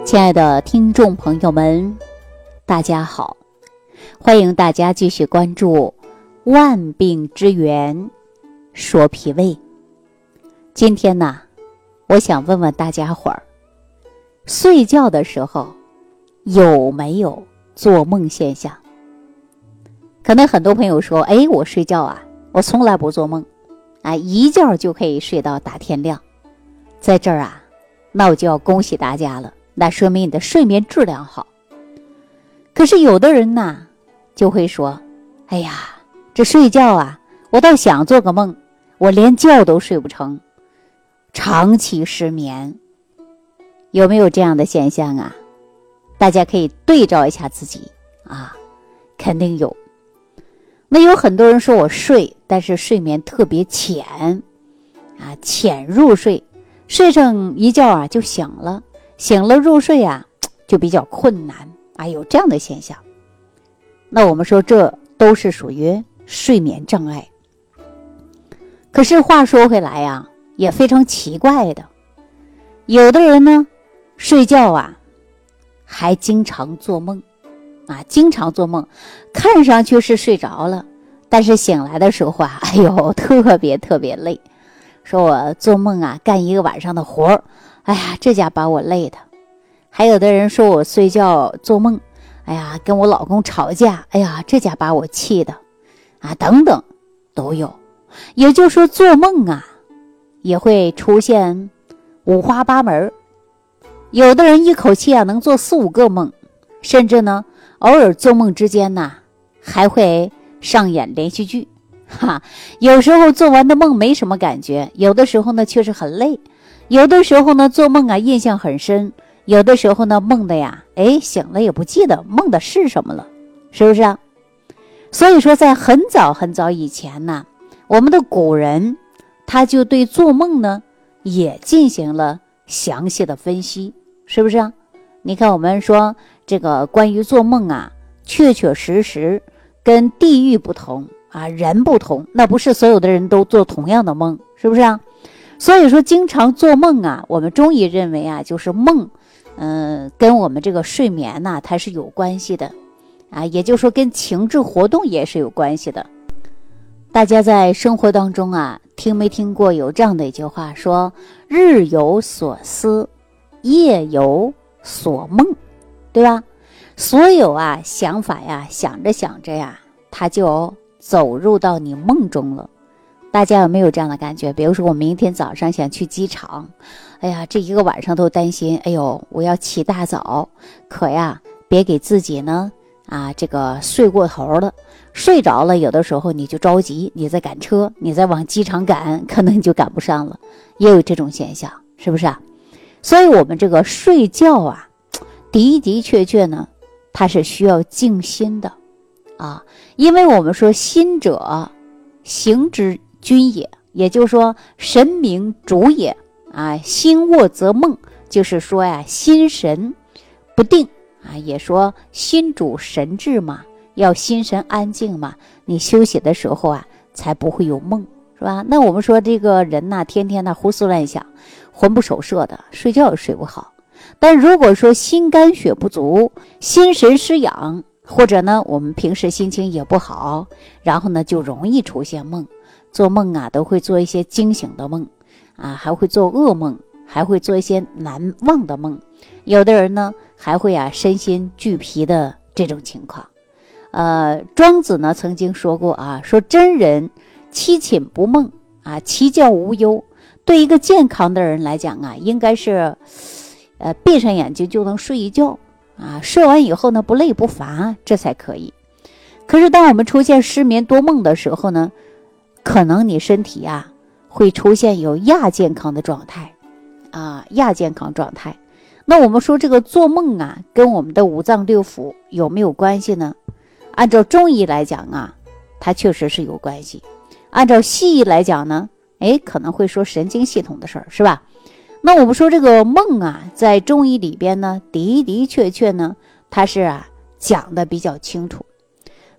亲爱的听众朋友们，大家好，欢迎大家继续关注万病之源说脾胃。今天呢，我想问问大家伙儿，睡觉的时候有没有做梦现象？可能很多朋友说，我睡觉啊，我从来不做梦啊，一觉就可以睡到大天亮。在这儿啊，那我就要恭喜大家了，那说明你的睡眠质量好。可是有的人呢，就会说，这睡觉啊，我倒想做个梦，我连觉都睡不成，长期失眠。有没有这样的现象啊？大家可以对照一下自己啊，肯定有。那有很多人说我睡，但是睡眠特别浅啊，浅入睡，睡上一觉啊就醒了，醒了入睡啊就比较困难啊，有这样的现象。那我们说这都是属于睡眠障碍。可是话说回来呀，也非常奇怪的，有的人呢睡觉啊还经常做梦啊，经常做梦，看上去是睡着了，但是醒来的时候啊，特别累。说我做梦啊，干一个晚上的活，这家把我累的。还有的人说我睡觉做梦，跟我老公吵架，这家把我气的啊，等等都有。也就是说做梦啊，也会出现五花八门。有的人一口气啊能做4、5个梦，甚至呢偶尔做梦之间呢还会上演连续剧有时候做完的梦没什么感觉，有的时候呢确实很累，有的时候呢做梦啊印象很深，有的时候呢梦的呀醒了也不记得梦的是什么了，是不是啊？所以说在很早很早以前呢，我们的古人他就对做梦呢也进行了详细的分析，是不是啊？你看我们说这个关于做梦啊，确实跟地域不同啊，人不同，那不是所有的人都做同样的梦，是不是啊？所以说经常做梦啊，我们中医认为啊，就是梦跟我们这个睡眠呢它是有关系的啊，也就是说跟情志活动也是有关系的。大家在生活当中啊，听没听过有这样的一句话，说日有所思，夜有所梦，对吧？所有啊想法呀，想着想着呀，它就走入到你梦中了。大家有没有这样的感觉？比如说我明天早上想去机场，这一个晚上都担心，我要起大早，可呀别给自己呢这个睡过头了，睡着了，有的时候你就着急，你在赶车，你在往机场赶，可能你就赶不上了，也有这种现象，是不是啊？所以我们这个睡觉啊，的确呢，它是需要静心的啊，因为我们说心者行之君也，也就是说神明主也啊，心卧则梦，就是说呀心神不定啊，也说心主神志嘛，要心神安静嘛，你休息的时候啊才不会有梦，是吧？那我们说这个人呐，天天胡思乱想，魂不守舍的，睡觉也睡不好。但如果说心肝血不足，心神失养，或者呢我们平时心情也不好，然后呢就容易出现梦。做梦啊都会做一些惊醒的梦啊，还会做噩梦，还会做一些难忘的梦。有的人呢还会身心俱疲的这种情况。庄子呢曾经说过啊，说真人七寝不梦啊，其觉无忧。对一个健康的人来讲啊，应该是闭上眼睛就能睡一觉啊，睡完以后呢不累不乏，这才可以。可是当我们出现失眠多梦的时候呢，可能你身体会出现有亚健康的状态啊，亚健康状态。那我们说这个做梦啊跟我们的五脏六腑有没有关系呢？按照中医来讲啊，它确实是有关系。按照西医来讲呢，可能会说神经系统的事儿，是吧？那我们说这个梦啊，在中医里边呢，的确呢，它是讲的比较清楚。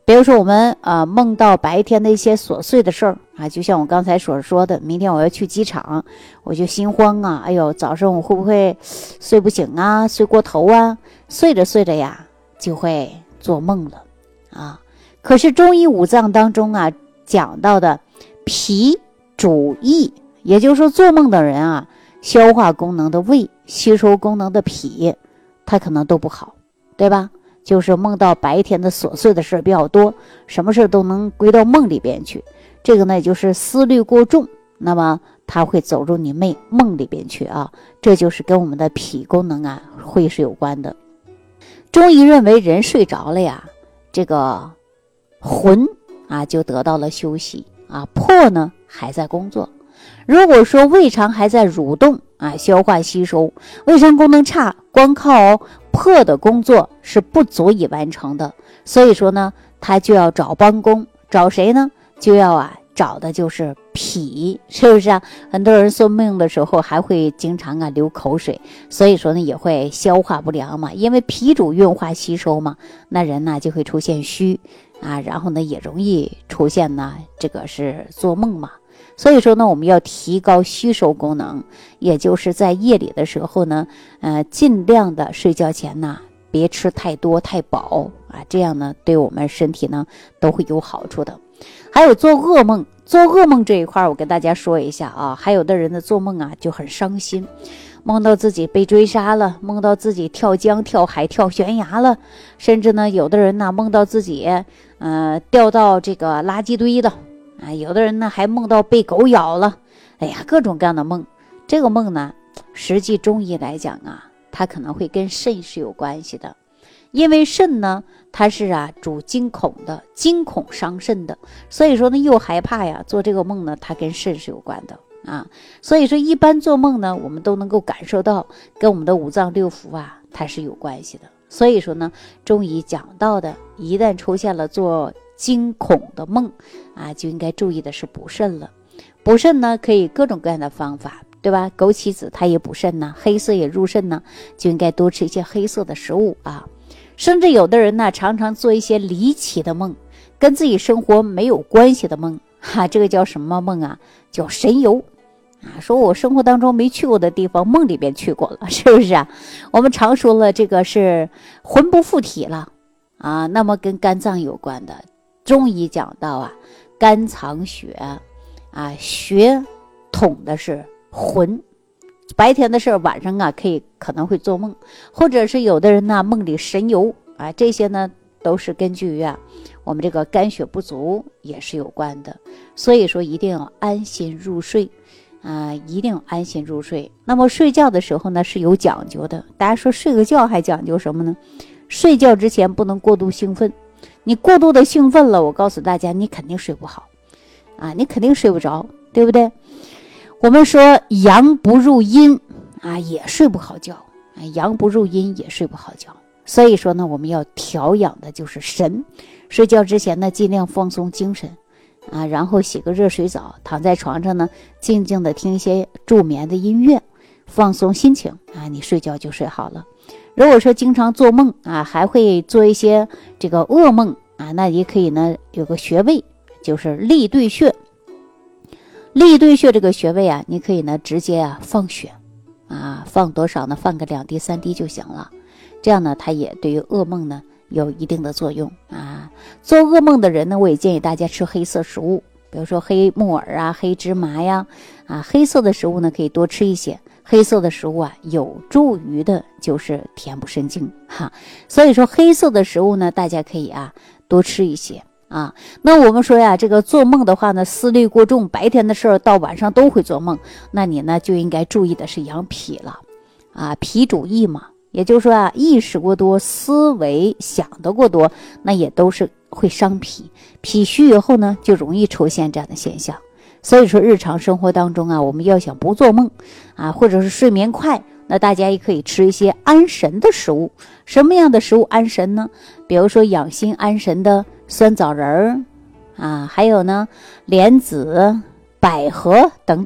比如说我们梦到白天的一些琐碎的事儿啊，就像我刚才所说的，明天我要去机场，我就心慌啊，哎呦，早上我会不会睡不醒啊，睡过头啊，睡着睡着呀就会做梦了啊。可是中医五脏当中啊讲到的脾主益，也就是说做梦的人啊，消化功能的胃，吸收功能的脾，他可能都不好，对吧？就是梦到白天的琐碎的事比较多，什么事都能归到梦里边去，这个呢就是思虑过重，那么它会走入你梦里边去啊，这就是跟我们的脾功能啊会是有关的。中医认为人睡着了呀，这个魂啊就得到了休息啊，魄呢还在工作。如果说胃肠还在蠕动啊，消化吸收，胃肠功能差，光靠魄的工作是不足以完成的，所以说呢他就要找帮工，找谁呢？就要找的就是脾，是不是啊？很多人做梦的时候还会经常流口水，所以说呢也会消化不良嘛，因为脾主运化吸收嘛，那人呢就会出现虚啊，然后呢也容易出现呢这个是做梦嘛。所以说呢我们要提高吸收功能，也就是在夜里的时候呢尽量的睡觉前呢别吃太多太饱啊，这样呢对我们身体呢都会有好处的。还有做噩梦，做噩梦这一块我跟大家说一下啊，还有的人的做梦啊就很伤心，梦到自己被追杀了，梦到自己跳江跳海跳悬崖了，甚至呢有的人呢梦到自己掉到这个垃圾堆了啊，有的人呢还梦到被狗咬了，哎呀，各种各样的梦。这个梦呢实际中医来讲啊，它可能会跟肾是有关系的，因为肾呢它是主惊恐的，惊恐伤肾的，所以说呢又害怕呀，做这个梦呢它跟肾是有关的啊。所以说一般做梦呢我们都能够感受到跟我们的五脏六腑它是有关系的。所以说呢中医讲到的，一旦出现了做惊恐的梦就应该注意的是补肾了。补肾呢可以各种各样的方法，对吧？枸杞子它也补肾呢，黑色也入肾呢，就应该多吃一些黑色的食物啊。甚至有的人呢常常做一些离奇的梦，跟自己生活没有关系的梦这个叫什么梦啊？叫神游说我生活当中没去过的地方，梦里边去过了，是不是啊？我们常说了，这个是魂不附体了那么跟肝脏有关的，中医讲到肝藏血血统的是魂，白天的事晚上可能会做梦，或者是有的人梦里神游这些呢都是根据我们这个肝血不足也是有关的。所以说一定要安心入睡一定要安心入睡。那么睡觉的时候呢是有讲究的，大家说睡个觉还讲究什么呢？睡觉之前不能过度兴奋，你过度的兴奋了，我告诉大家你肯定睡不好你肯定睡不着，对不对？我们说阳不入阴也睡不好觉阳不入阴也睡不好觉。所以说呢我们要调养的就是神，睡觉之前呢尽量放松精神然后洗个热水澡，躺在床上呢静静的听一些助眠的音乐，放松心情你睡觉就睡好了。如果说经常做梦还会做一些这个噩梦那也可以呢有个穴位，就是立对穴。立对穴这个穴位你可以呢直接放血放多少呢？放个2滴3滴就行了。这样呢它也对于噩梦呢有一定的作用做噩梦的人呢，我也建议大家吃黑色食物，比如说黑木耳黑芝麻呀黑色的食物呢可以多吃一些。黑色的食物有助于的就是填补肾精所以说黑色的食物呢大家可以多吃一些那我们说这个做梦的话呢，思虑过重，白天的事儿到晚上都会做梦，那你呢就应该注意的是养脾了脾主意嘛，也就是说意识过多，思维想得过多，那也都是会伤脾，脾虚以后呢就容易出现这样的现象。所以说日常生活当中我们要想不做梦或者是睡眠快，那大家也可以吃一些安神的食物。什么样的食物安神呢？比如说养心安神的酸枣仁还有呢莲子、百合等等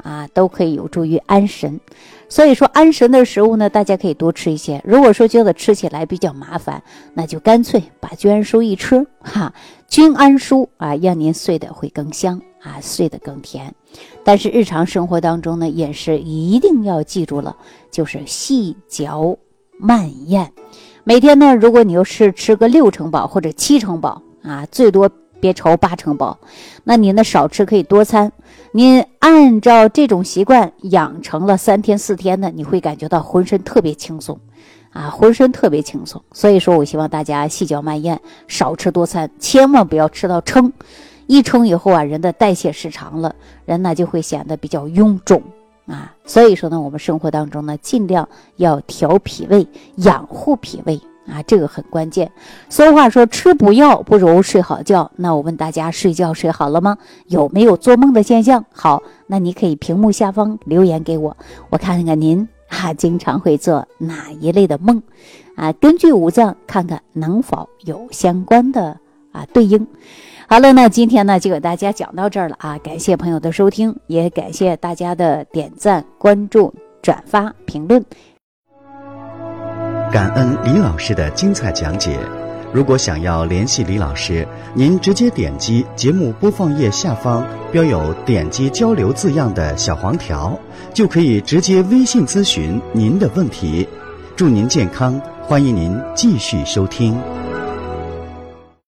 都可以有助于安神。所以说安神的食物呢，大家可以多吃一些。如果说觉得吃起来比较麻烦，那就干脆把菌安舒一吃菌安舒让您睡得会更香睡得更甜。但是日常生活当中呢，饮食一定要记住了，就是细嚼慢咽。每天呢，如果你又是吃个6成饱或者7成饱最多别超8成饱，那您呢少吃可以多餐。您按照这种习惯养成了3天4天的，你会感觉到浑身特别轻松浑身特别轻松。所以说我希望大家细嚼慢咽，少吃多餐，千万不要吃到撑。一撑以后人的代谢失常了，人呢就会显得比较臃肿所以说呢，我们生活当中呢，尽量要调脾胃，养护脾胃这个很关键。俗话说吃补药不如睡好觉，那我问大家睡觉睡好了吗？有没有做梦的现象？好，那你可以屏幕下方留言给我，我看看您经常会做哪一类的梦根据五脏看看能否有相关的对应。好了，那今天呢就给大家讲到这儿了感谢朋友的收听，也感谢大家的点赞、关注、转发、评论。 感恩李老师的精彩讲解。如果想要联系李老师，您直接点击节目播放页下方标有点击交流字样的小黄条，就可以直接微信咨询您的问题。祝您健康，欢迎您继续收听。